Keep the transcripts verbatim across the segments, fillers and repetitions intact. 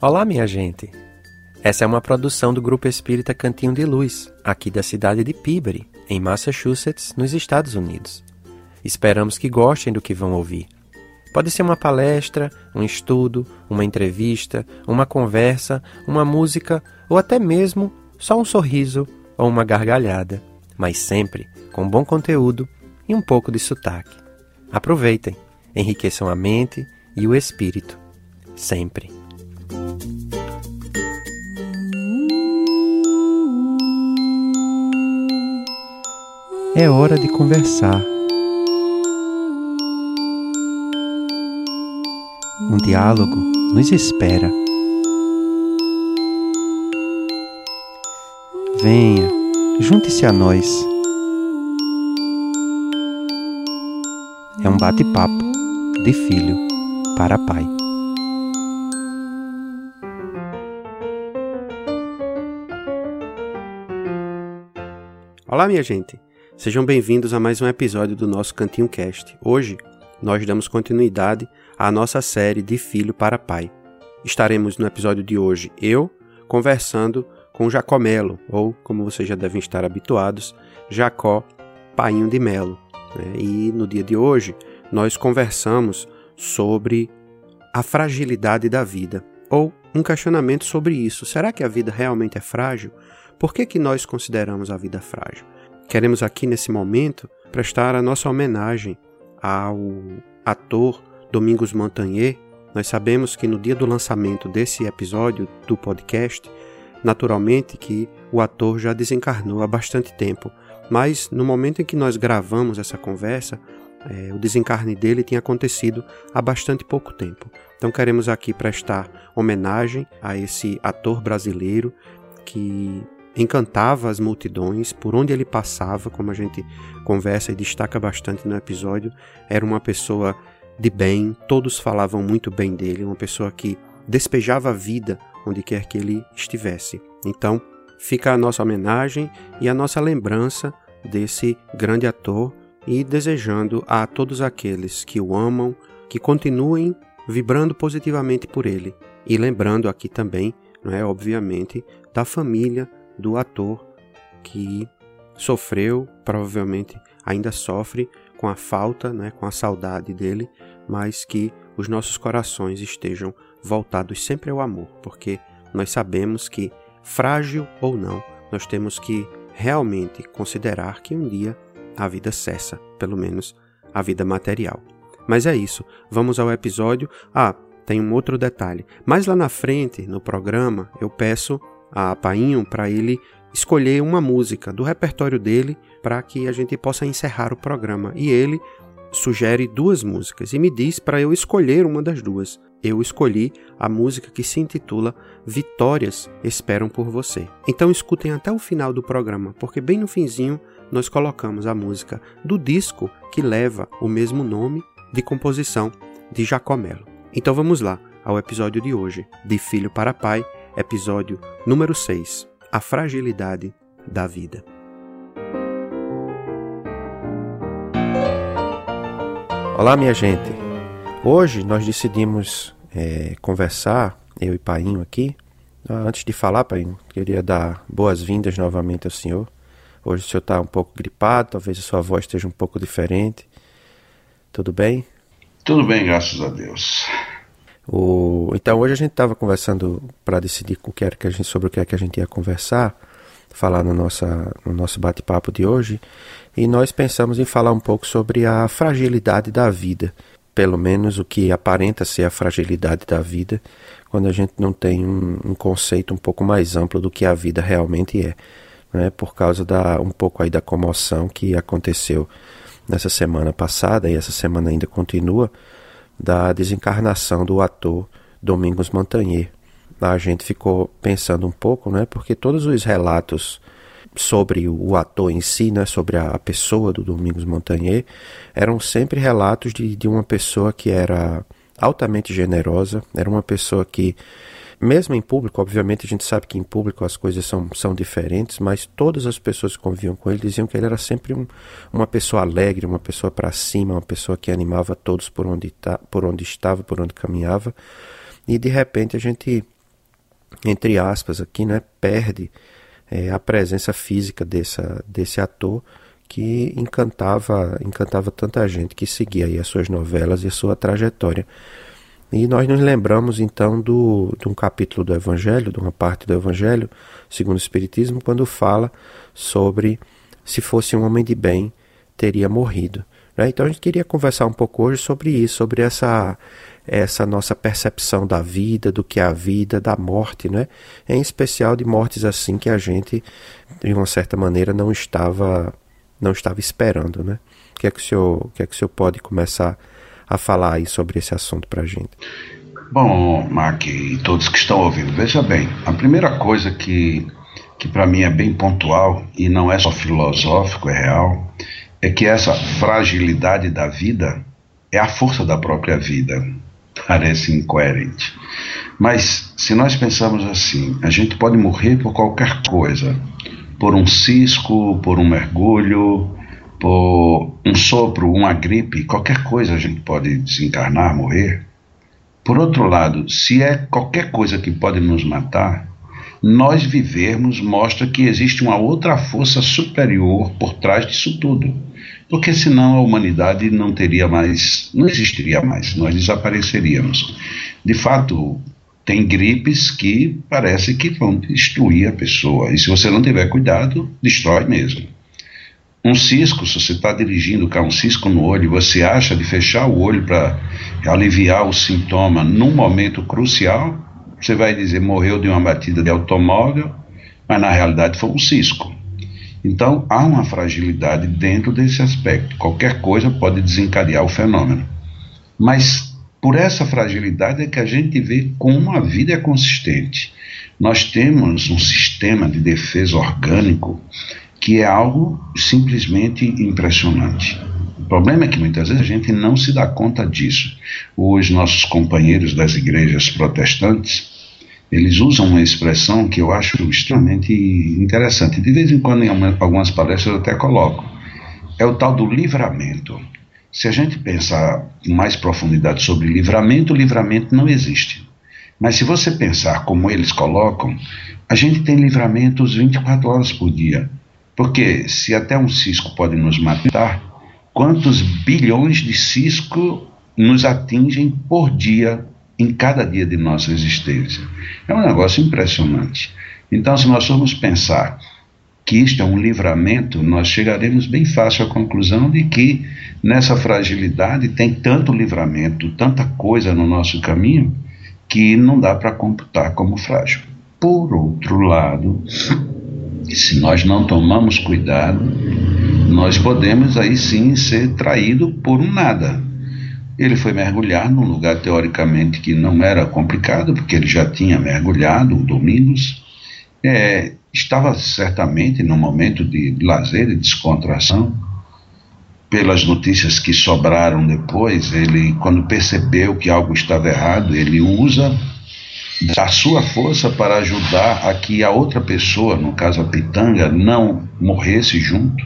Olá, minha gente! Essa é uma produção do Grupo Espírita Cantinho de Luz, aqui da cidade de Peabody, em Massachusetts, nos Estados Unidos. Esperamos que gostem do que vão ouvir. Pode ser uma palestra, um estudo, uma entrevista, uma conversa, uma música ou até mesmo só um sorriso ou uma gargalhada, mas sempre com bom conteúdo e um pouco de sotaque. Aproveitem, enriqueçam a mente e o espírito, sempre. É hora de conversar. Um diálogo nos espera. Venha, junte-se a nós. É um bate-papo de filho para pai. Olá, minha gente! Sejam bem-vindos a mais um episódio do nosso Cantinho Cast. Hoje, nós damos continuidade à nossa série de Filho para Pai. Estaremos no episódio de hoje, eu, conversando com Jacó Melo, ou, como vocês já devem estar habituados, Jacó Painho de Melo. Né? E no dia de hoje, nós conversamos sobre a fragilidade da vida, ou um questionamento sobre isso. Será que a vida realmente é frágil? Por que que nós consideramos a vida frágil? Queremos aqui, nesse momento, prestar a nossa homenagem ao ator Domingos Montanher. Nós sabemos que no dia do lançamento desse episódio do podcast, naturalmente que o ator já desencarnou há bastante tempo, mas no momento em que nós gravamos essa conversa, é, o desencarne dele tinha acontecido há bastante pouco tempo. Então queremos aqui prestar homenagem a esse ator brasileiro que encantava as multidões, por onde ele passava, como a gente conversa e destaca bastante no episódio, era uma pessoa de bem, todos falavam muito bem dele, uma pessoa que despejava a vida onde quer que ele estivesse. Então, fica a nossa homenagem e a nossa lembrança desse grande ator e desejando a todos aqueles que o amam, que continuem vibrando positivamente por ele. E lembrando aqui também, não é, obviamente, da família do ator que sofreu, provavelmente ainda sofre com a falta, né, com a saudade dele, mas que os nossos corações estejam voltados sempre ao amor, porque nós sabemos que, frágil ou não, nós temos que realmente considerar que um dia a vida cessa, pelo menos a vida material. Mas é isso, vamos ao episódio. Ah, tem um outro detalhe, mais lá na frente, no programa, eu peço a Painho para ele escolher uma música do repertório dele para que a gente possa encerrar o programa. E ele sugere duas músicas e me diz para eu escolher uma das duas. Eu escolhi a música que se intitula Vitórias Esperam por Você. Então escutem até o final do programa, porque bem no finzinho nós colocamos a música do disco que leva o mesmo nome, de composição de Jacó Melo. Então vamos lá ao episódio de hoje, de Filho para Pai, episódio número seis, A Fragilidade da Vida. Olá, minha gente! Hoje nós decidimos é, conversar, eu e Painho aqui. Antes de falar, Painho, queria dar boas-vindas novamente ao senhor. Hoje o senhor está um pouco gripado, talvez a sua voz esteja um pouco diferente. Tudo bem? Tudo bem, graças a Deus. O... Então hoje a gente estava conversando para decidir o que era que a gente, sobre o que é que a gente ia conversar, falar no, nossa, no nosso bate-papo de hoje, e nós pensamos em falar um pouco sobre a fragilidade da vida, pelo menos o que aparenta ser a fragilidade da vida, quando a gente não tem um, um conceito um pouco mais amplo do que a vida realmente é, né? Por causa da, um pouco aí da comoção que aconteceu nessa semana passada, e essa semana ainda continua, da desencarnação do ator Domingos Montanher. A gente ficou pensando um pouco, né, porque todos os relatos sobre o ator em si, né, sobre a pessoa do Domingos Montanher, eram sempre relatos de, de uma pessoa que era altamente generosa, era uma pessoa que, mesmo em público, obviamente a gente sabe que em público as coisas são, são diferentes, mas todas as pessoas que conviviam com ele diziam que ele era sempre um, uma pessoa alegre, uma pessoa para cima, uma pessoa que animava todos por onde, ta, por onde estava, por onde caminhava. E de repente a gente entre aspas aqui, né, perde é, a presença física dessa, desse ator que encantava, encantava tanta gente que seguia aí as suas novelas e a sua trajetória. E nós nos lembramos então do, de um capítulo do Evangelho, de uma parte do Evangelho, segundo o Espiritismo, quando fala sobre se fosse um homem de bem, teria morrido. Né? Então a gente queria conversar um pouco hoje sobre isso, sobre essa, essa nossa percepção da vida, do que é a vida, da morte, né? Em especial de mortes assim que a gente, de uma certa maneira, não estava, não estava esperando. Né? O que é que o senhor, o que é que o senhor pode começar a falar aí sobre esse assunto para a gente? Bom, Mark e todos que estão ouvindo, veja bem, a primeira coisa que, que para mim é bem pontual, e não é só filosófico, é real, é que essa fragilidade da vida é a força da própria vida. Parece incoerente. Mas se nós pensamos assim, a gente pode morrer por qualquer coisa, por um cisco, por um mergulho, por um sopro, uma gripe, qualquer coisa a gente pode desencarnar, morrer. Por outro lado, se é qualquer coisa que pode nos matar, nós vivermos mostra que existe uma outra força superior por trás disso tudo. Porque senão a humanidade não teria mais, não existiria mais, nós desapareceríamos. De fato, tem gripes que parece que vão destruir a pessoa, e se você não tiver cuidado, destrói mesmo. Um cisco, se você está dirigindo com um cisco no olho, você acha de fechar o olho para aliviar o sintoma num momento crucial, você vai dizer morreu de uma batida de automóvel, mas na realidade foi um cisco. Então há uma fragilidade dentro desse aspecto, qualquer coisa pode desencadear o fenômeno. Mas por essa fragilidade é que a gente vê como a vida é consistente. Nós temos um sistema de defesa orgânico que é algo simplesmente impressionante. O problema é que muitas vezes a gente não se dá conta disso. Os nossos companheiros das igrejas protestantes, eles usam uma expressão que eu acho extremamente interessante. De vez em quando em algumas palestras eu até coloco. É o tal do livramento. Se a gente pensar com mais profundidade sobre livramento, livramento não existe. Mas se você pensar como eles colocam, a gente tem livramentos vinte e quatro horas por dia. Porque se até um cisco pode nos matar, quantos bilhões de cisco nos atingem por dia, em cada dia de nossa existência? É um negócio impressionante. Então, se nós formos pensar que isto é um livramento, nós chegaremos bem fácil à conclusão de que nessa fragilidade tem tanto livramento, tanta coisa no nosso caminho, que não dá para computar como frágil. Por outro lado, se nós não tomamos cuidado, nós podemos aí sim ser traídos por um nada. Ele foi mergulhar num lugar teoricamente que não era complicado, porque ele já tinha mergulhado o Domingos, é, estava certamente num momento de lazer e descontração. Pelas notícias que sobraram depois, ele, quando percebeu que algo estava errado, ele usa da sua força para ajudar a que a outra pessoa, no caso a pitanga, não morresse junto.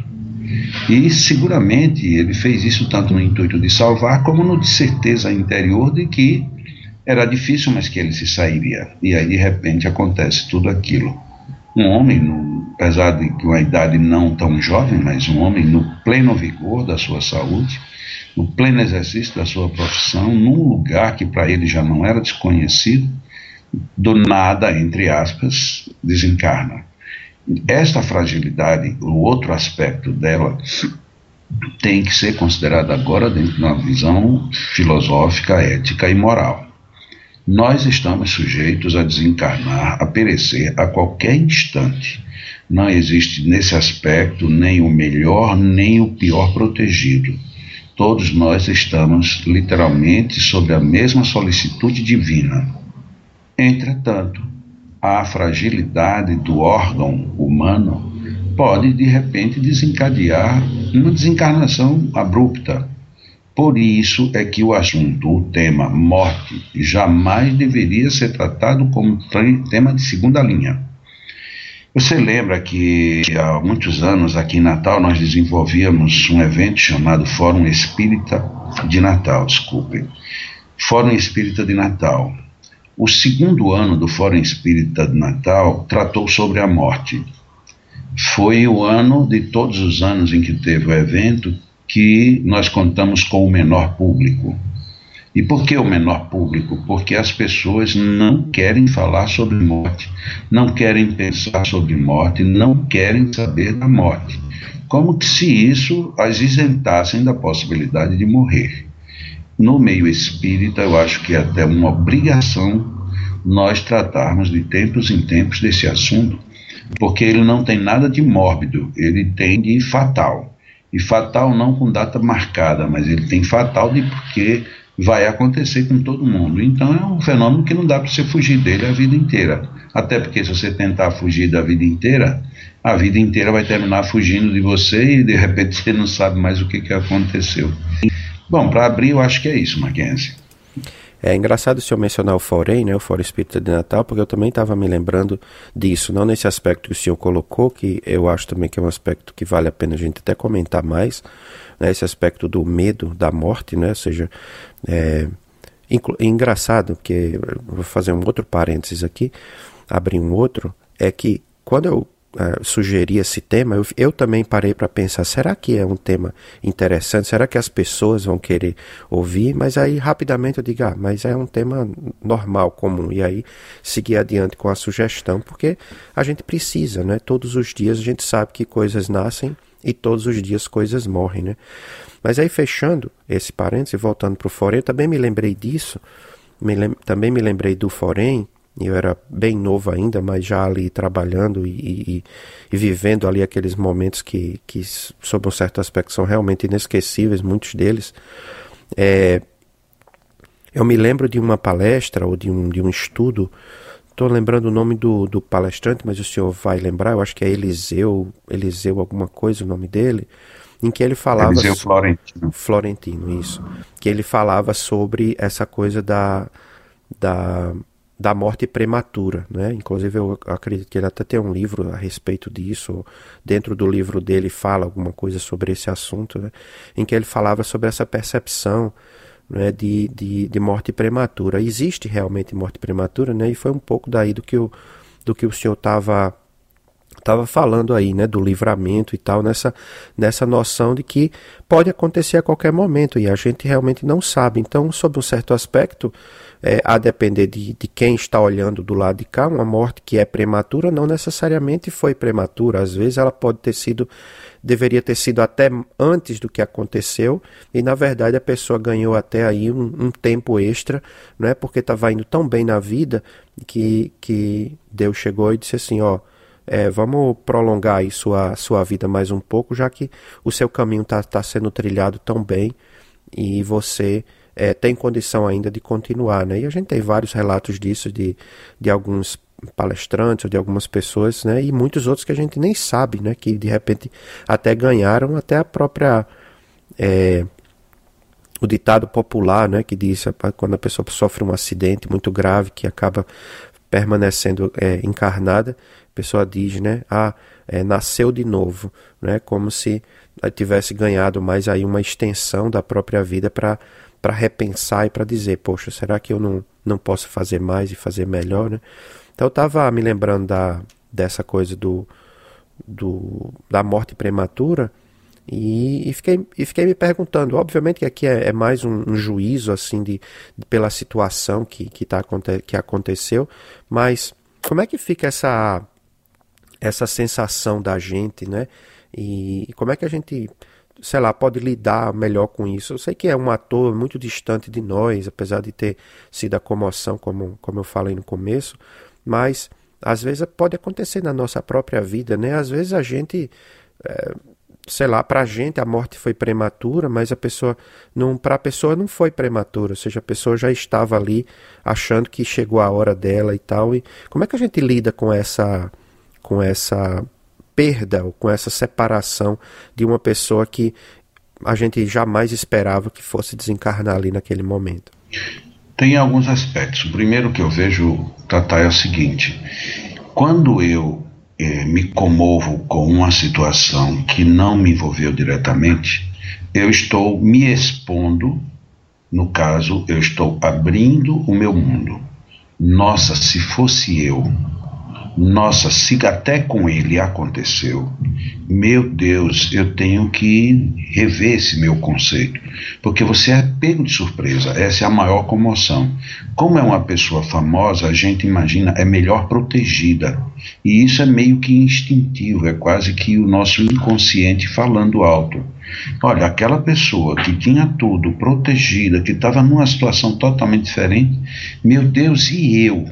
E seguramente ele fez isso tanto no intuito de salvar, como no de certeza interior de que era difícil, mas que ele se sairia. E aí de repente acontece tudo aquilo. Um homem, no, apesar de uma idade não tão jovem, mas um homem no pleno vigor da sua saúde, no pleno exercício da sua profissão, num lugar que para ele já não era desconhecido, do nada, entre aspas, desencarna. Esta fragilidade, o outro aspecto dela, tem que ser considerado agora dentro de uma visão filosófica, ética e moral. Nós estamos sujeitos a desencarnar, a perecer a qualquer instante. Não existe nesse aspecto nem o melhor nem o pior protegido. Todos nós estamos literalmente sob a mesma solicitude divina. Entretanto, a fragilidade do órgão humano pode de repente desencadear uma desencarnação abrupta. Por isso é que o assunto, o tema morte, jamais deveria ser tratado como tema de segunda linha. Você lembra que há muitos anos aqui em Natal nós desenvolvíamos um evento chamado Fórum Espírita de Natal, desculpem, Fórum Espírita de Natal, O segundo ano do Fórum Espírita de Natal tratou sobre a morte. Foi o ano de todos os anos em que teve o evento que nós contamos com o menor público. E por que o menor público? Porque as pessoas não querem falar sobre morte, não querem pensar sobre morte, não querem saber da morte. Como que se isso as isentassem da possibilidade de morrer. No meio espírita, eu acho que é até uma obrigação nós tratarmos de tempos em tempos desse assunto, porque ele não tem nada de mórbido, ele tem de fatal. E fatal não com data marcada, mas ele tem fatal de porque vai acontecer com todo mundo. Então é um fenômeno que não dá para você fugir dele a vida inteira. Até porque se você tentar fugir da vida inteira, a vida inteira vai terminar fugindo de você e de repente você não sabe mais o que, que aconteceu. Bom, para abrir eu acho que é isso, Mackenzie. É engraçado o senhor mencionar o Forém, né, o Fórum Espírita de Natal, porque eu também estava me lembrando disso, não nesse aspecto que o senhor colocou, que eu acho também que é um aspecto que vale a pena a gente até comentar mais, né, esse aspecto do medo da morte, né, ou seja, é inclu- engraçado, porque eu vou fazer um outro parênteses aqui, abrir um outro, é que quando eu Uh, sugerir esse tema, eu, eu também parei para pensar, será que é um tema interessante? Será que as pessoas vão querer ouvir? Mas aí rapidamente eu digo, ah, mas é um tema normal, comum, e aí seguir adiante com a sugestão, porque a gente precisa, né? Todos os dias a gente sabe que coisas nascem e todos os dias coisas morrem, né? Mas aí fechando esse parênteses, voltando para o Forém, eu também me lembrei disso, me lem- também me lembrei do Forém. Eu era bem novo ainda, mas já ali trabalhando e, e, e vivendo ali aqueles momentos que, que, sob um certo aspecto, são realmente inesquecíveis, muitos deles. É, eu me lembro de uma palestra ou de um, de um estudo, estou lembrando o nome do, do palestrante, mas o senhor vai lembrar, eu acho que é Eliseu, Eliseu alguma coisa o nome dele, em que ele falava... Eliseu Florentino. Florentino, isso. Que ele falava sobre essa coisa da... da da morte prematura, né? Inclusive eu acredito que ele até tem um livro a respeito disso, dentro do livro dele fala alguma coisa sobre esse assunto, né? Em que ele falava sobre essa percepção, né, de, de, de morte prematura. Existe realmente morte prematura, né? E foi um pouco daí do que o, do que o senhor estava estava falando aí, né, do livramento e tal, nessa, nessa noção de que pode acontecer a qualquer momento e a gente realmente não sabe. Então, sob um certo aspecto, é, a depender de, de quem está olhando do lado de cá, uma morte que é prematura não necessariamente foi prematura. Às vezes ela pode ter sido, deveria ter sido até antes do que aconteceu e na verdade a pessoa ganhou até aí um, um tempo extra, né, porque estava indo tão bem na vida que, que Deus chegou e disse assim, ó, É, vamos prolongar aí sua, sua vida mais um pouco, já que o seu caminho está tá sendo trilhado tão bem e você é, tem condição ainda de continuar, né? E a gente tem vários relatos disso, de, de alguns palestrantes ou de algumas pessoas, né? E muitos outros que a gente nem sabe, né? Que de repente até ganharam até a própria... É, o ditado popular, né? Que diz quando a pessoa sofre um acidente muito grave que acaba permanecendo é, encarnada, a pessoa diz, né, ah, é, nasceu de novo, né, como se tivesse ganhado mais aí uma extensão da própria vida para para repensar e para dizer, poxa, será que eu não, não posso fazer mais e fazer melhor, né? Então eu estava me lembrando da, dessa coisa do, do, da morte prematura e, e, fiquei, e fiquei me perguntando, obviamente que aqui é, é mais um, um juízo assim de, de, pela situação que, que, tá, que aconteceu, mas como é que fica essa, essa sensação da gente, né? E, e como é que a gente, sei lá, pode lidar melhor com isso? Eu sei que é um ator muito distante de nós, apesar de ter sido a comoção, como, como eu falei no começo, mas às vezes pode acontecer na nossa própria vida, né? Às vezes a gente... É, sei lá, para a gente a morte foi prematura, mas a pessoa não, para a pessoa não foi prematura, ou seja, a pessoa já estava ali achando que chegou a hora dela e tal. E como é que a gente lida com essa, com essa perda ou com essa separação de uma pessoa que a gente jamais esperava que fosse desencarnar ali naquele momento? Tem alguns aspectos. O primeiro que eu vejo, Tata, é o seguinte: quando eu Eh, me comovo com uma situação que não me envolveu diretamente, eu estou me expondo, no caso, eu estou abrindo o meu mundo. Nossa, se fosse eu, nossa, se até com ele aconteceu, meu Deus, eu tenho que rever esse meu conceito, porque você é pego de surpresa, essa é a maior comoção. Como é uma pessoa famosa, a gente imagina, é melhor protegida, e isso é meio que instintivo, é quase que o nosso inconsciente falando alto. Olha, aquela pessoa que tinha tudo, protegida, que estava numa situação totalmente diferente, meu Deus, e eu?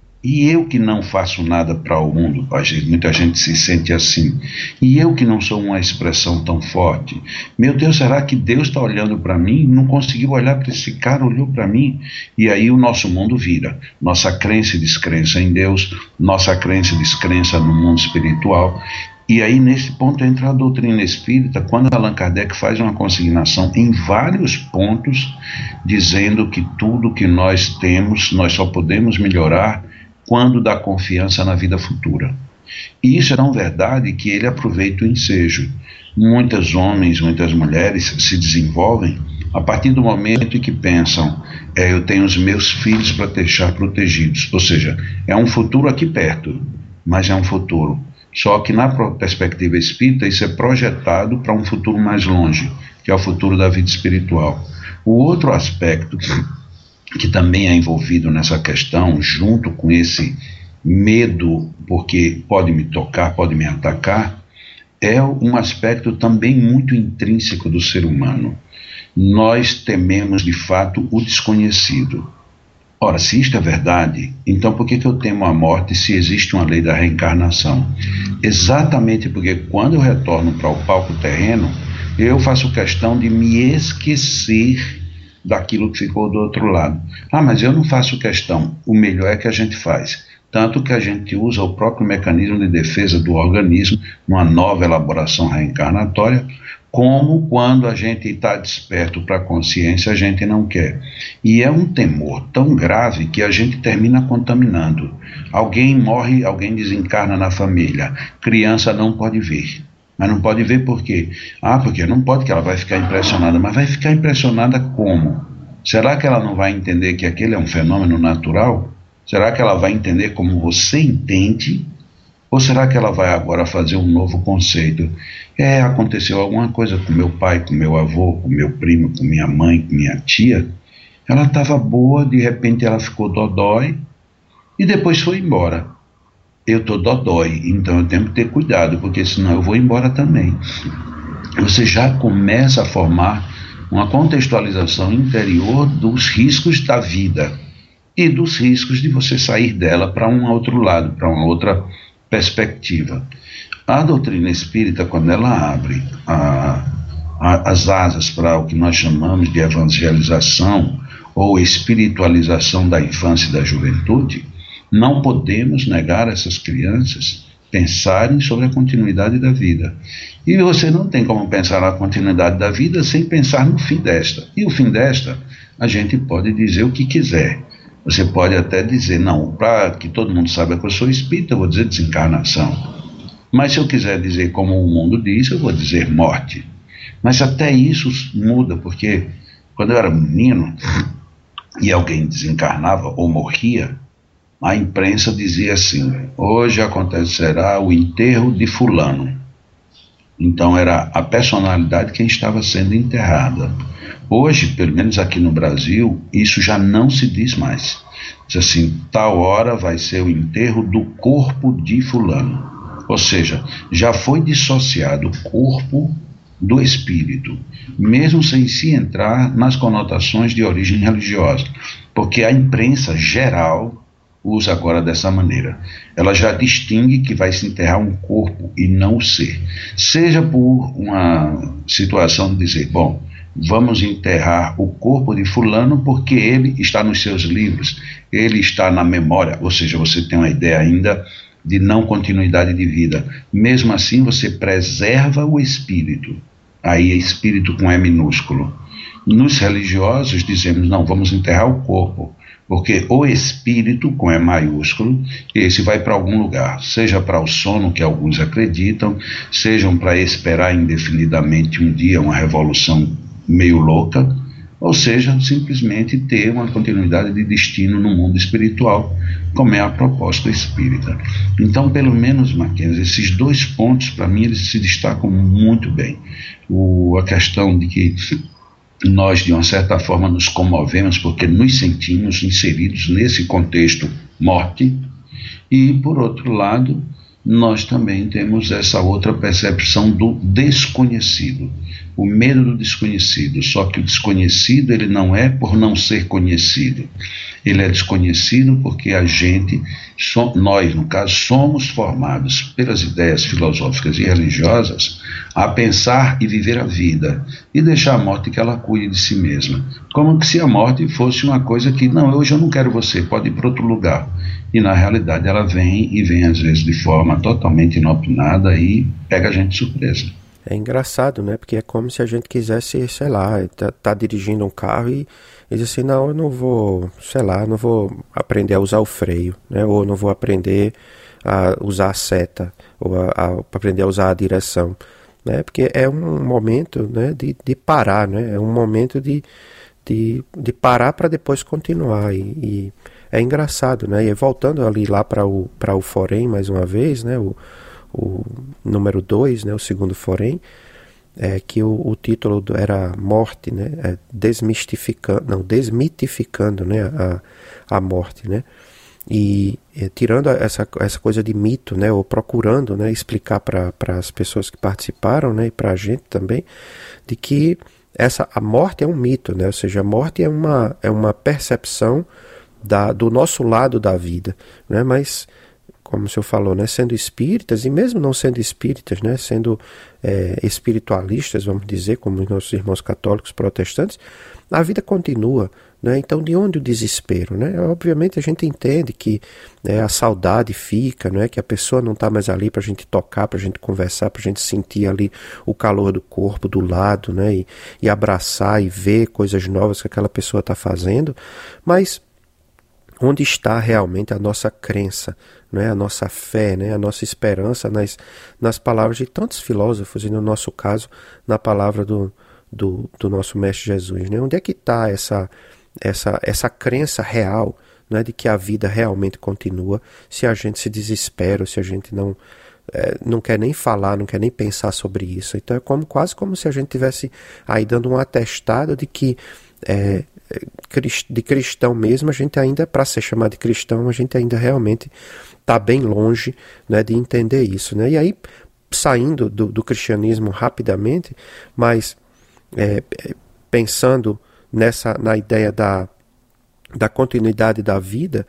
E eu que não faço nada para o mundo, a gente, muita gente se sente assim. E eu que não sou uma expressão tão forte. Meu Deus, será que Deus está olhando para mim? Não conseguiu olhar para esse cara, olhou para mim. E aí o nosso mundo vira. Nossa crença e descrença em Deus, nossa crença e descrença no mundo espiritual. E aí nesse ponto entra a doutrina espírita, quando Allan Kardec faz uma consignação em vários pontos, dizendo que tudo que nós temos, nós só podemos melhorar quando dá confiança na vida futura. E isso é tão verdade que ele aproveita o ensejo. Muitos homens, muitas mulheres se desenvolvem a partir do momento em que pensam, é, eu tenho os meus filhos para deixar protegidos. Ou seja, é um futuro aqui perto, mas é um futuro. Só que na perspectiva espírita isso é projetado para um futuro mais longe, que é o futuro da vida espiritual. O outro aspecto que também é envolvido nessa questão, junto com esse medo, porque pode me tocar, pode me atacar, é um aspecto também muito intrínseco do ser humano. Nós tememos, de fato, o desconhecido. Ora, se isto é verdade, então por que que eu temo a morte se existe uma lei da reencarnação? Exatamente porque quando eu retorno para o palco terreno, eu faço questão de me esquecer daquilo que ficou do outro lado. Ah, mas eu não faço questão. O melhor é que a gente faz. Tanto que a gente usa o próprio mecanismo de defesa do organismo numa nova elaboração reencarnatória, como quando a gente está desperto para a consciência, a gente não quer. E é um temor tão grave que a gente termina contaminando. Alguém morre, alguém desencarna na família. Criança não pode ver. Mas não pode ver por quê? Ah, porque não pode, que ela vai ficar impressionada. Mas vai ficar impressionada como? Será que ela não vai entender que aquele é um fenômeno natural? Será que ela vai entender como você entende? Ou será que ela vai agora fazer um novo conceito? É, aconteceu alguma coisa com meu pai, com meu avô, com meu primo, com minha mãe, com minha tia. Ela estava boa, de repente ela ficou dodói e depois foi embora. Eu estou dodói, então eu tenho que ter cuidado, porque senão eu vou embora também. Você já começa a formar uma contextualização interior dos riscos da vida e dos riscos de você sair dela para um outro lado, para uma outra perspectiva. A doutrina espírita, quando ela abre a, a, as asas para o que nós chamamos de evangelização ou espiritualização da infância e da juventude, não podemos negar a essas crianças pensarem sobre a continuidade da vida. E você não tem como pensar na continuidade da vida sem pensar no fim desta. E o fim desta, a gente pode dizer o que quiser. Você pode até dizer, não, para que todo mundo saiba que eu sou espírita, eu vou dizer desencarnação. Mas se eu quiser dizer como o mundo diz, eu vou dizer morte. Mas até isso muda, porque quando eu era menino e alguém desencarnava ou morria, a imprensa dizia assim, hoje acontecerá o enterro de fulano. Então era a personalidade quem estava sendo enterrada. Hoje, pelo menos aqui no Brasil, isso já não se diz mais. Diz assim, tal hora vai ser o enterro do corpo de fulano. Ou seja, já foi dissociado o corpo do espírito, mesmo sem se entrar nas conotações de origem religiosa, porque a imprensa geral usa agora dessa maneira. Ela já distingue que vai se enterrar um corpo e não o ser. Seja por uma situação de dizer, bom, vamos enterrar o corpo de fulano porque ele está nos seus livros, ele está na memória, ou seja, você tem uma ideia ainda de não continuidade de vida. Mesmo assim, você preserva o espírito. Aí é espírito com E minúsculo. Nos religiosos dizemos, não, vamos enterrar o corpo, porque o espírito, com E maiúsculo, esse vai para algum lugar, seja para o sono, que alguns acreditam, sejam para esperar indefinidamente um dia uma revolução meio louca, ou seja, simplesmente ter uma continuidade de destino no mundo espiritual, como é a proposta espírita. Então, pelo menos, Mackenzie, esses dois pontos, para mim, eles se destacam muito bem. O, a questão de que nós, de uma certa forma, nos comovemos porque nos sentimos inseridos nesse contexto morte, e, por outro lado, nós também temos essa outra percepção do desconhecido, o medo do desconhecido, só que o desconhecido ele não é por não ser conhecido, ele é desconhecido porque a gente, so, nós no caso, somos formados pelas ideias filosóficas e religiosas a pensar e viver a vida e deixar a morte que ela cuide de si mesma, como se a morte fosse uma coisa que, não, hoje eu não quero você, pode ir para outro lugar. E na realidade ela vem e vem às vezes de forma totalmente inopinada e pega a gente de surpresa. É engraçado, né? Porque é como se a gente quisesse, sei lá, tá, tá dirigindo um carro e, e diz assim, não, eu não vou, sei lá, não vou aprender a usar o freio, né? Ou não vou aprender a usar a seta, ou a, a aprender a usar a direção, né? Porque é um momento, né, de, de parar, né? É um momento de, de, de parar para depois continuar e, e é engraçado, né? E voltando ali lá para o, para o Forém, mais uma vez, né? O, o número dois, né? O segundo Forém, é, que o, o título era Morte, né? É, desmistificando, não, desmitificando, né? A, a morte, né? E é, tirando essa, essa coisa de mito, né? Ou procurando, né? Explicar para as pessoas que participaram, né? E para a gente também, de que essa, a morte é um mito, né? Ou seja, a morte é uma, é uma percepção Da, do nosso lado da vida, né? Mas, como o senhor falou, né? Sendo espíritas, e mesmo não sendo espíritas, né? Sendo é, espiritualistas, vamos dizer, como os nossos irmãos católicos protestantes, a vida continua, né? Então, de onde o desespero, né? Obviamente a gente entende que, né, a saudade fica, né? Que a pessoa não está mais ali para a gente tocar, para a gente conversar, para a gente sentir ali o calor do corpo do lado, né? E, e abraçar e ver coisas novas que aquela pessoa está fazendo, mas onde está realmente a nossa crença, né, a nossa fé, né, a nossa esperança nas, nas palavras de tantos filósofos, e no nosso caso, na palavra do, do, do nosso Mestre Jesus, né? Onde é que está essa, essa, essa crença real, né, de que a vida realmente continua, se a gente se desespera, se a gente não, é, não quer nem falar, não quer nem pensar sobre isso. Então é como, quase como se a gente estivesse aí dando um atestado de que é, de cristão mesmo, a gente ainda, para ser chamado de cristão, a gente ainda realmente está bem longe, né, de entender isso, né? E aí, saindo do, do cristianismo rapidamente, mas é, pensando nessa, na ideia da, da continuidade da vida,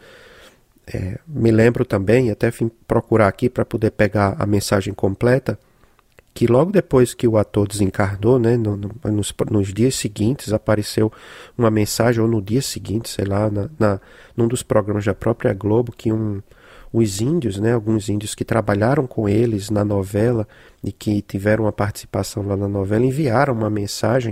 é, me lembro também, até vim procurar aqui para poder pegar a mensagem completa, que logo depois que o ator desencarnou, né, no, no, nos, nos dias seguintes, apareceu uma mensagem, ou no dia seguinte, sei lá, na, na, num dos programas da própria Globo, que um, os índios, né, alguns índios que trabalharam com eles na novela e que tiveram uma participação lá na novela, enviaram uma mensagem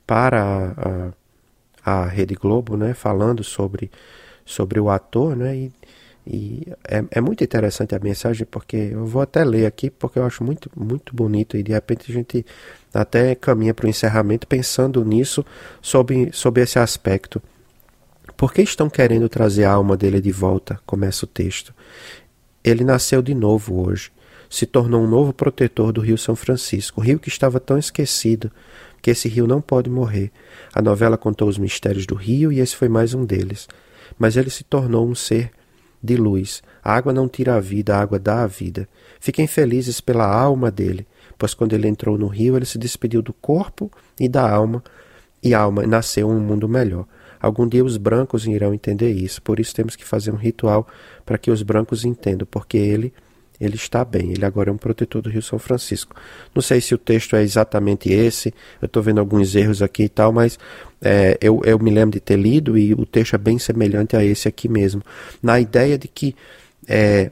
para a, a, a Rede Globo, né, falando sobre, sobre o ator, né, e E é, é muito interessante a mensagem, porque eu vou até ler aqui, porque eu acho muito, muito bonito, e de repente a gente até caminha para o encerramento pensando nisso, sobre, sobre esse aspecto. Por que estão querendo trazer a alma dele de volta? Começa o texto. Ele nasceu de novo hoje, se tornou um novo protetor do Rio São Francisco, o rio que estava tão esquecido, que esse rio não pode morrer. A novela contou os mistérios do rio e esse foi mais um deles. Mas ele se tornou um ser de luz. A água não tira a vida, a água dá a vida. Fiquem felizes pela alma dele, pois quando ele entrou no rio, ele se despediu do corpo e da alma, e a alma nasceu um mundo melhor. Algum dia os brancos irão entender isso, por isso temos que fazer um ritual para que os brancos entendam, porque ele, ele está bem, ele agora é um protetor do Rio São Francisco. Não sei se o texto é exatamente esse, eu estou vendo alguns erros aqui e tal, mas é, eu, eu me lembro de ter lido e o texto é bem semelhante a esse aqui mesmo, na ideia de que é,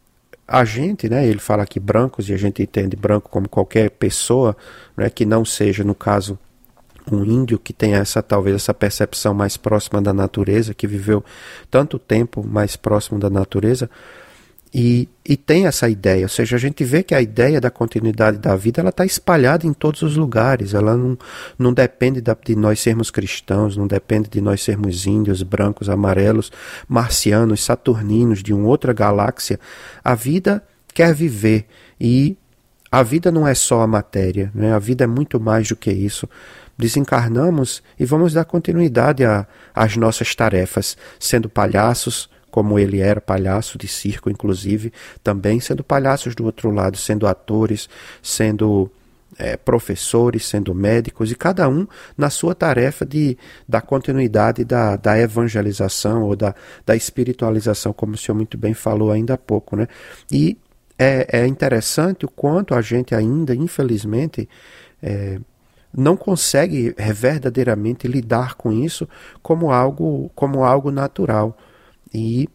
a gente, né, ele fala aqui brancos, e a gente entende branco como qualquer pessoa, né, que não seja, no caso, um índio que tem essa, talvez, essa percepção mais próxima da natureza, que viveu tanto tempo mais próximo da natureza. E, e tem essa ideia, ou seja, a gente vê que a ideia da continuidade da vida ela está espalhada em todos os lugares, ela não, não depende da, de nós sermos cristãos, não depende de nós sermos índios, brancos, amarelos, marcianos, saturninos, de uma outra galáxia. A vida quer viver e a vida não é só a matéria, né? A vida é muito mais do que isso. Desencarnamos e vamos dar continuidade às nossas tarefas, sendo palhaços, como ele era palhaço de circo, inclusive, também sendo palhaços do outro lado, sendo atores, sendo é, professores, sendo médicos, e cada um na sua tarefa de dar continuidade da, da evangelização ou da, da espiritualização, como o senhor muito bem falou ainda há pouco, né? E é, é interessante o quanto a gente ainda, infelizmente, é, não consegue verdadeiramente lidar com isso como algo, como algo natural. E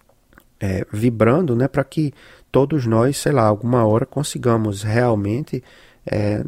é, vibrando, né, para que todos nós, sei lá, alguma hora consigamos realmente é,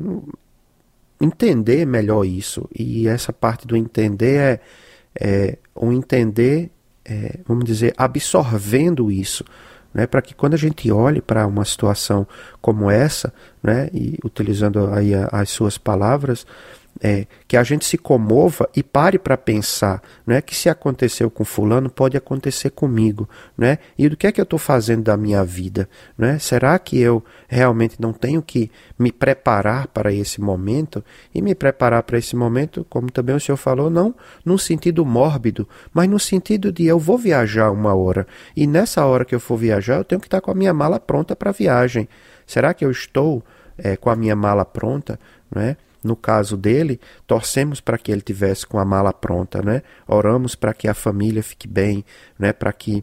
entender melhor isso. E essa parte do entender é, é um entender, é, vamos dizer, absorvendo isso, né, para que quando a gente olhe para uma situação como essa, né, e utilizando aí a, as suas palavras, É, que a gente se comova e pare para pensar, né, que se aconteceu com fulano, pode acontecer comigo, né? E do que é que eu estou fazendo da minha vida, né? Será que eu realmente não tenho que me preparar para esse momento? E me preparar para esse momento, como também o senhor falou, não num sentido mórbido, mas no sentido de eu vou viajar uma hora, e nessa hora que eu for viajar, eu tenho que estar com a minha mala pronta para a viagem. Será que eu estou é, com a minha mala pronta, né? No caso dele, torcemos para que ele tivesse com a mala pronta, né? Oramos para que a família fique bem, né? Para que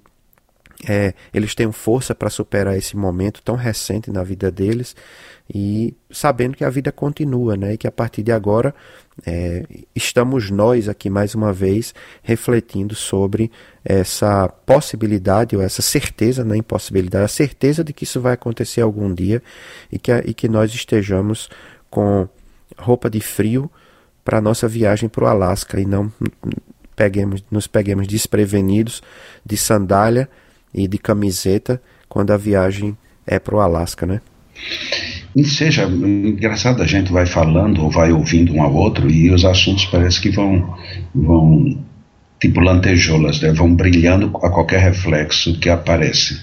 é, eles tenham força para superar esse momento tão recente na vida deles, e sabendo que a vida continua, né? E que a partir de agora é, estamos nós aqui mais uma vez refletindo sobre essa possibilidade ou essa certeza, não é impossibilidade, a certeza de que isso vai acontecer algum dia, e que, e que nós estejamos com roupa de frio para a nossa viagem para o Alasca, e não peguemos, nos peguemos desprevenidos de sandália e de camiseta quando a viagem é para o Alasca, né? E seja, engraçado, a gente vai falando ou vai ouvindo um ao outro e os assuntos parece que vão, vão tipo lantejoulas, né? Vão brilhando a qualquer reflexo que aparece.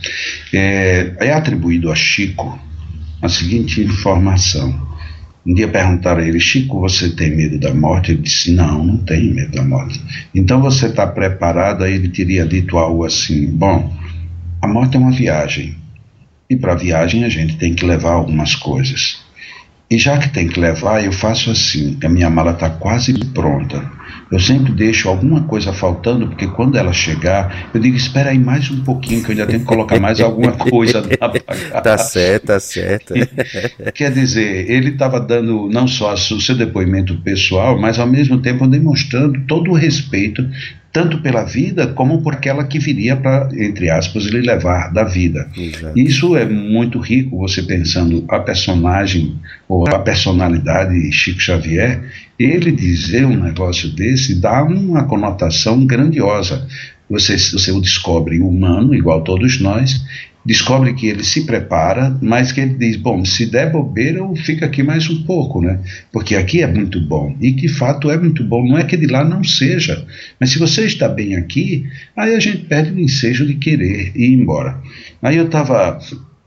É, é atribuído a Chico a seguinte informação. Um dia perguntaram a ele: Chico, você tem medo da morte? Ele disse: não, não tenho medo da morte. Então você está preparado? Aí ele teria dito algo assim: bom, a morte é uma viagem, e para a viagem a gente tem que levar algumas coisas. E já que tem que levar, eu faço assim, a minha mala está quase pronta. Eu sempre deixo alguma coisa faltando, porque quando ela chegar, eu digo: espera aí mais um pouquinho, que eu ainda tenho que colocar mais alguma coisa na bagagem. Tá certo, tá certo. Quer dizer, ele estava dando não só o seu depoimento pessoal, mas ao mesmo tempo demonstrando todo o respeito, tanto pela vida como por aquela que viria para, entre aspas, lhe levar da vida. Exato. Isso é muito rico, você pensando a personagem ou a personalidade de Chico Xavier. Ele dizer um negócio desse dá uma conotação grandiosa. Você, você o descobre humano, igual todos nós, descobre que ele se prepara, mas que ele diz: bom, se der bobeira eu fico aqui mais um pouco, né? Porque aqui é muito bom, e que fato é muito bom, não é que de lá não seja, mas se você está bem aqui, aí a gente perde o ensejo de querer ir embora. Aí eu estava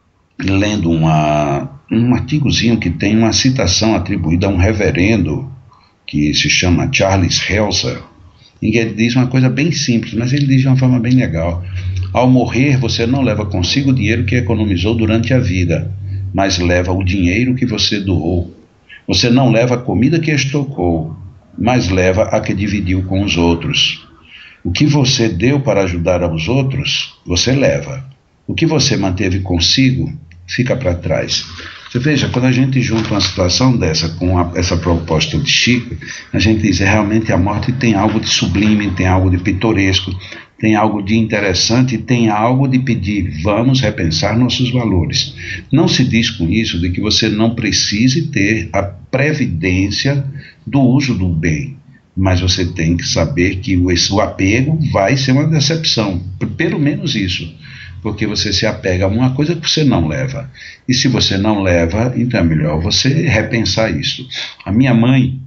lendo uma, um artigozinho que tem uma citação atribuída a um reverendo que se chama Charles Helser, em que ele diz uma coisa bem simples, mas ele diz de uma forma bem legal: ao morrer, você não leva consigo o dinheiro que economizou durante a vida, mas leva o dinheiro que você doou. Você não leva a comida que estocou, mas leva a que dividiu com os outros. O que você deu para ajudar aos outros, você leva. O que você manteve consigo, fica para trás. Você veja, quando a gente junta uma situação dessa com a, essa proposta de Chico, a gente diz: realmente a morte tem algo de sublime, tem algo de pitoresco, tem algo de interessante, tem algo de pedir: vamos repensar nossos valores. Não se diz com isso de que você não precise ter a previdência do uso do bem, mas você tem que saber que o, o apego vai ser uma decepção, pelo menos isso. porque você se apega a uma coisa que você não leva. E se você não leva, então é melhor você repensar isso. A minha mãe,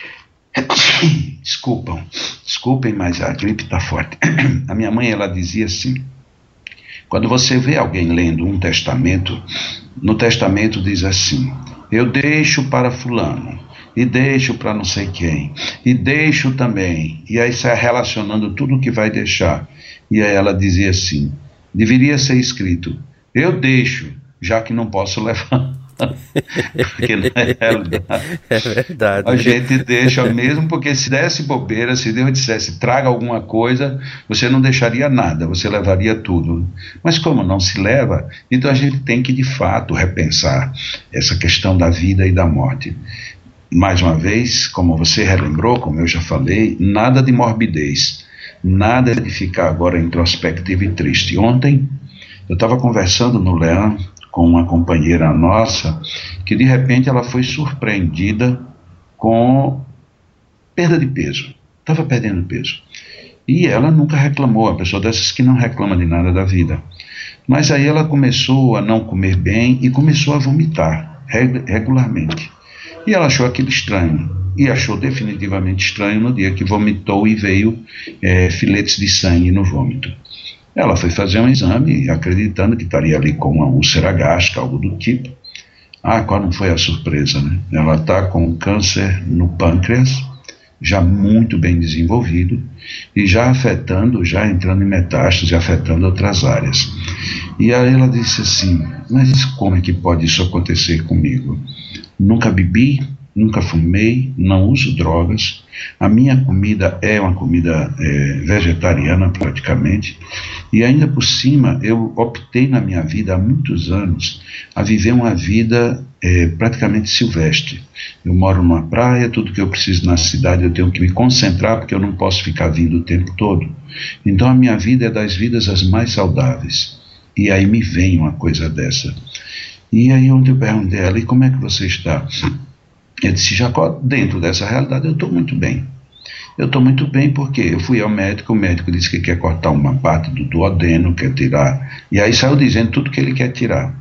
desculpam, desculpem, mas a gripe está forte. A minha mãe, ela dizia assim, quando você vê alguém lendo um testamento, no testamento diz assim, eu deixo para fulano, e deixo para não sei quem, e deixo também, e aí sai relacionando tudo que vai deixar. E aí ela dizia assim, deveria ser escrito, eu deixo, já que não posso levar. Porque não é realidade. É verdade. A gente deixa mesmo, porque se desse bobeira, se Deus dissesse traga alguma coisa, você não deixaria nada, você levaria tudo. Mas como não se leva, então a gente tem que de fato repensar essa questão da vida e da morte. Mais uma vez, como você relembrou, como eu já falei, nada de morbidez, nada de ficar agora introspectivo e triste. Ontem eu estava conversando no Leão com uma companheira nossa, que de repente ela foi surpreendida com perda de peso, estava perdendo peso, e ela nunca reclamou, a pessoa dessas que não reclama de nada da vida, mas aí ela começou a não comer bem e começou a vomitar reg- regularmente, e ela achou aquilo estranho, e achou definitivamente estranho no dia que vomitou e veio é, filetes de sangue no vômito. Ela foi fazer um exame, acreditando que estaria ali com uma úlcera gástrica, algo do tipo. Ah, qual não foi a surpresa, né? Ela está com câncer no pâncreas, já muito bem desenvolvido, e já afetando, já entrando em metástase, afetando outras áreas. E aí ela disse assim, mas como é que pode isso acontecer comigo? Nunca bebi, nunca fumei, não uso drogas, a minha comida é uma comida é, vegetariana praticamente, e ainda por cima eu optei na minha vida há muitos anos a viver uma vida é, praticamente silvestre. Eu moro numa praia, tudo que eu preciso na cidade eu tenho que me concentrar porque eu não posso ficar vindo o tempo todo. Então a minha vida é das vidas as mais saudáveis, e aí me vem uma coisa dessa. E aí onde eu perguntei a ela, e como é que você está? Eu disse, Jacó, dentro dessa realidade eu estou muito bem. Eu estou muito bem porque eu fui ao médico, o médico disse que quer cortar uma parte do duodeno, quer tirar, e aí saiu dizendo tudo que ele quer tirar.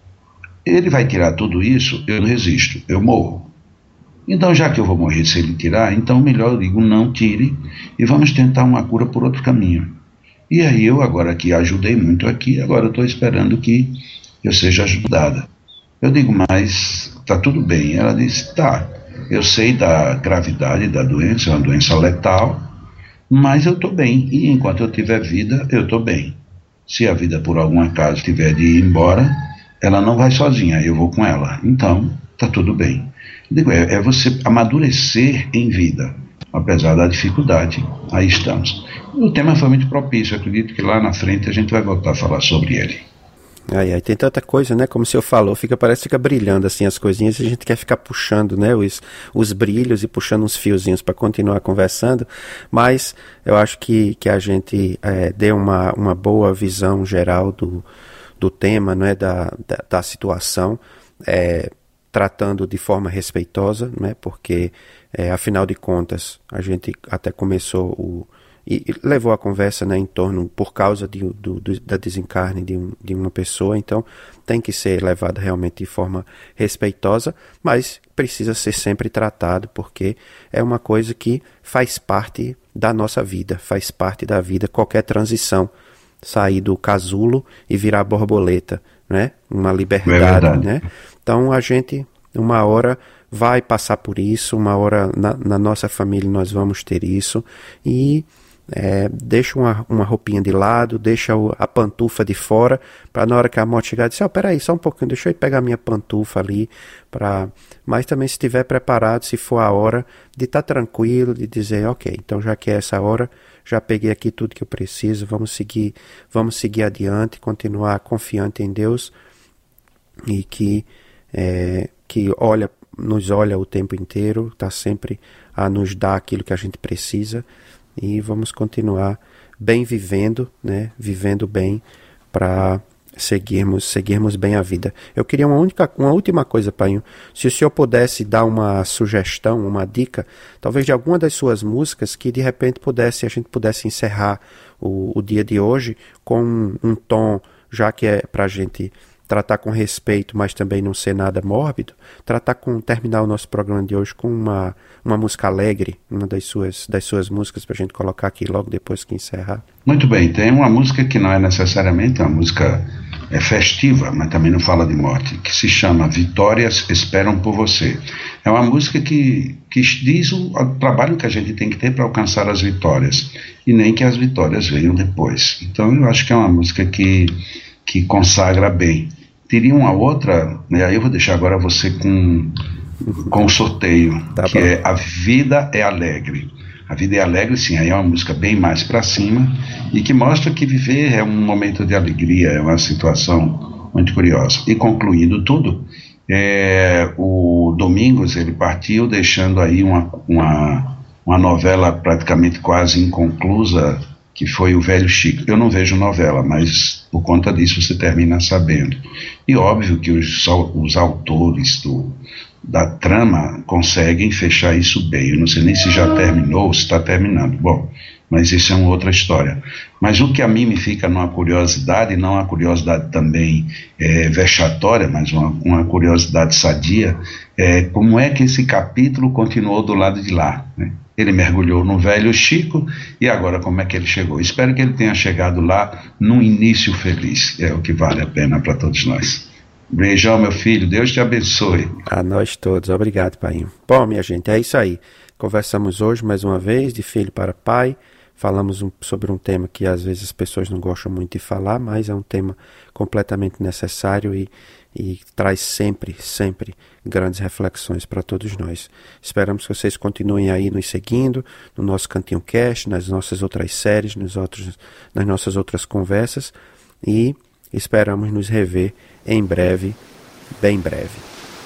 Ele vai tirar tudo isso, eu não resisto, eu morro. Então já que eu vou morrer se ele tirar, então melhor eu digo, não tire, e vamos tentar uma cura por outro caminho. E aí eu agora que ajudei muito aqui, agora eu estou esperando que eu seja ajudada. Eu digo, mas está tudo bem. Ela disse, tá, eu sei da gravidade da doença, é uma doença letal, mas eu estou bem, e enquanto eu tiver vida, eu estou bem. Se a vida por algum acaso tiver de ir embora, ela não vai sozinha, eu vou com ela, então está tudo bem. Eu digo, é, é você amadurecer em vida, apesar da dificuldade, aí estamos. O tema foi muito propício, eu acredito que lá na frente a gente vai voltar a falar sobre ele. Ai, ai, tem tanta coisa, né? Como o senhor falou, fica, parece que fica brilhando assim as coisinhas e a gente quer ficar puxando, né? Os, os brilhos e puxando uns fiozinhos para continuar conversando, mas eu acho que, que a gente é, deu uma, uma boa visão geral do, do tema, né? Da, da, da situação, é, tratando de forma respeitosa, né? Porque, é, afinal de contas, a gente até começou o e levou a conversa, né, em torno, por causa de, do, do, da desencarne de, um, de uma pessoa, então tem que ser levado realmente de forma respeitosa, mas precisa ser sempre tratado, porque é uma coisa que faz parte da nossa vida, faz parte da vida, qualquer transição, sair do casulo e virar borboleta, né, uma liberdade, é né, então a gente, uma hora vai passar por isso, uma hora na, na nossa família nós vamos ter isso, e É, deixa uma, uma roupinha de lado, deixa o, a pantufa de fora, para na hora que a morte chegar, dizer, oh, peraí, só um pouquinho, deixa eu ir pegar minha pantufa ali, pra... mas também se estiver preparado, se for a hora, de estar tá tranquilo, de dizer, ok, então já que é essa hora, já peguei aqui tudo que eu preciso, vamos seguir, vamos seguir adiante, continuar confiante em Deus, e que, é, que olha, nos olha o tempo inteiro, está sempre a nos dar aquilo que a gente precisa, e vamos continuar bem vivendo, né? Vivendo bem para seguirmos, seguirmos bem a vida. Eu queria uma, única, uma última coisa, Painho. Se o senhor pudesse dar uma sugestão, uma dica, talvez de alguma das suas músicas que de repente pudesse, a gente pudesse encerrar o, o dia de hoje com um, um tom já que é para a gente tratar com respeito, mas também não ser nada mórbido, tratar com, terminar o nosso programa de hoje com uma, uma música alegre, uma das suas, das suas músicas para a gente colocar aqui logo depois que encerrar. Muito bem, tem uma música que não é necessariamente uma música é festiva, mas também não fala de morte, que se chama Vitórias Esperam por Você. É uma música que, que diz o, o trabalho que a gente tem que ter para alcançar as vitórias, e nem que as vitórias venham depois. Então eu acho que é uma música que, que consagra bem. Teria uma outra, e aí eu vou deixar agora você com, com o sorteio, tá, que bom. É A Vida é Alegre. A Vida é Alegre, sim, aí é uma música bem mais para cima e que mostra que viver é um momento de alegria, é uma situação muito curiosa. E concluindo tudo, é, o Domingos, ele partiu deixando aí uma, uma, uma novela praticamente quase inconclusa, que foi O Velho Chico. Eu não vejo novela, mas por conta disso você termina sabendo. E óbvio que os, os autores do, da trama conseguem fechar isso bem. Eu não sei nem se já terminou ou se está terminando. Bom, mas isso é uma outra história. Mas o que a mim me fica numa curiosidade, não uma curiosidade também é, vexatória, mas uma, uma curiosidade sadia, é como é que esse capítulo continuou do lado de lá, né? Ele mergulhou no Velho Chico e agora como é que ele chegou? Espero que ele tenha chegado lá num início feliz. É o que vale a pena para todos nós. Beijão, meu filho. Deus te abençoe. A nós todos. Obrigado, pai. Bom, minha gente, é isso aí. Conversamos hoje mais uma vez de filho para pai. Falamos um, sobre um tema que às vezes as pessoas não gostam muito de falar, mas é um tema completamente necessário e, e traz sempre, sempre grandes reflexões para todos nós. Esperamos que vocês continuem aí nos seguindo no nosso Cantinho Cast, nas nossas outras séries, nos outros, nas nossas outras conversas e esperamos nos rever em breve, bem breve.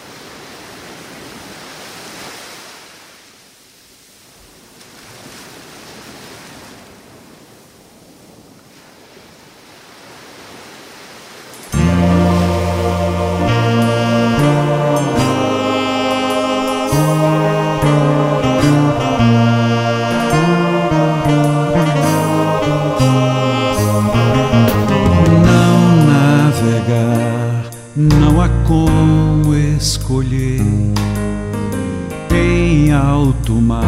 Não há como escolher em alto mar.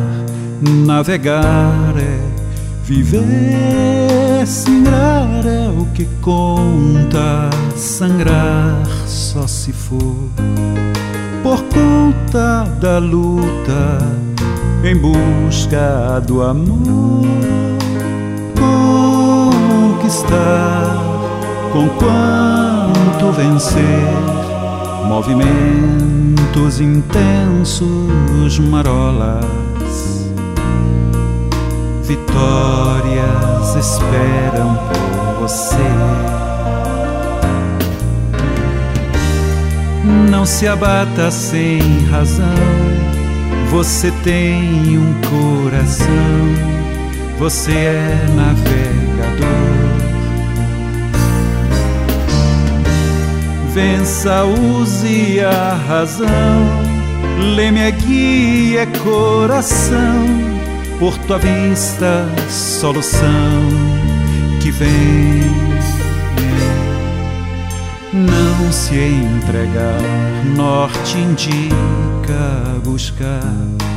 Navegar é viver, sangrar é o que conta. Sangrar só se for por conta da luta em busca do amor. Conquistar com quanto vencer, movimentos intensos, marolas, vitórias esperam por você. Não se abata sem razão, você tem um coração, você é navegador. Vença, use a razão, leme, guia, coração, por tua vista, solução que vem. Não se entregar, norte indica buscar,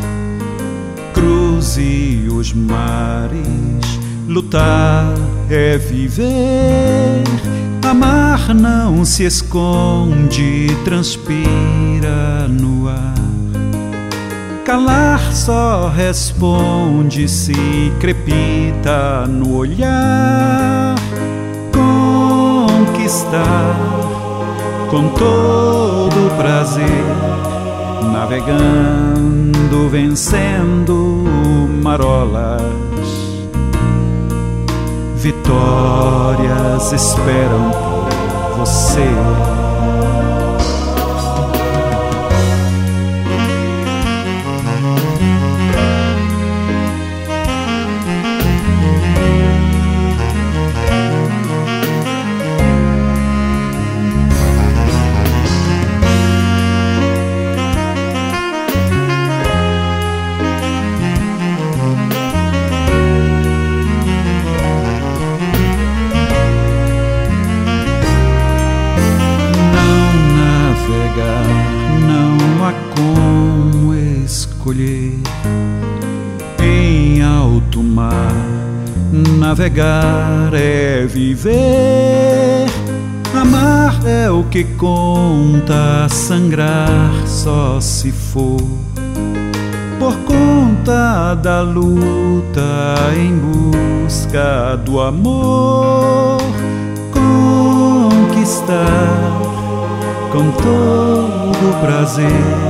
cruze os mares, lutar é viver. Amar não se esconde, transpira no ar. Calar só responde se crepita no olhar. Conquistar com todo prazer, navegando, vencendo marolas. Vitórias esperam por você. Navegar é viver, amar é o que conta, sangrar só se for por conta da luta em busca do amor. Conquistar com todo prazer,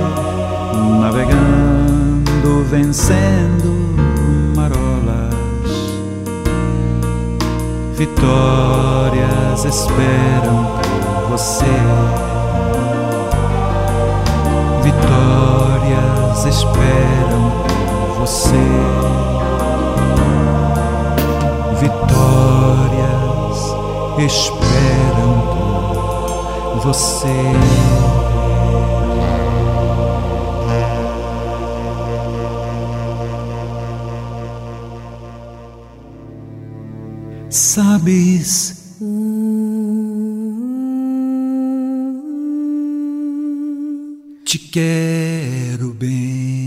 navegando, vencendo marolas. Vitórias esperam por você. Vitórias esperam por você. Vitórias esperam por você. Sabes, te quero bem.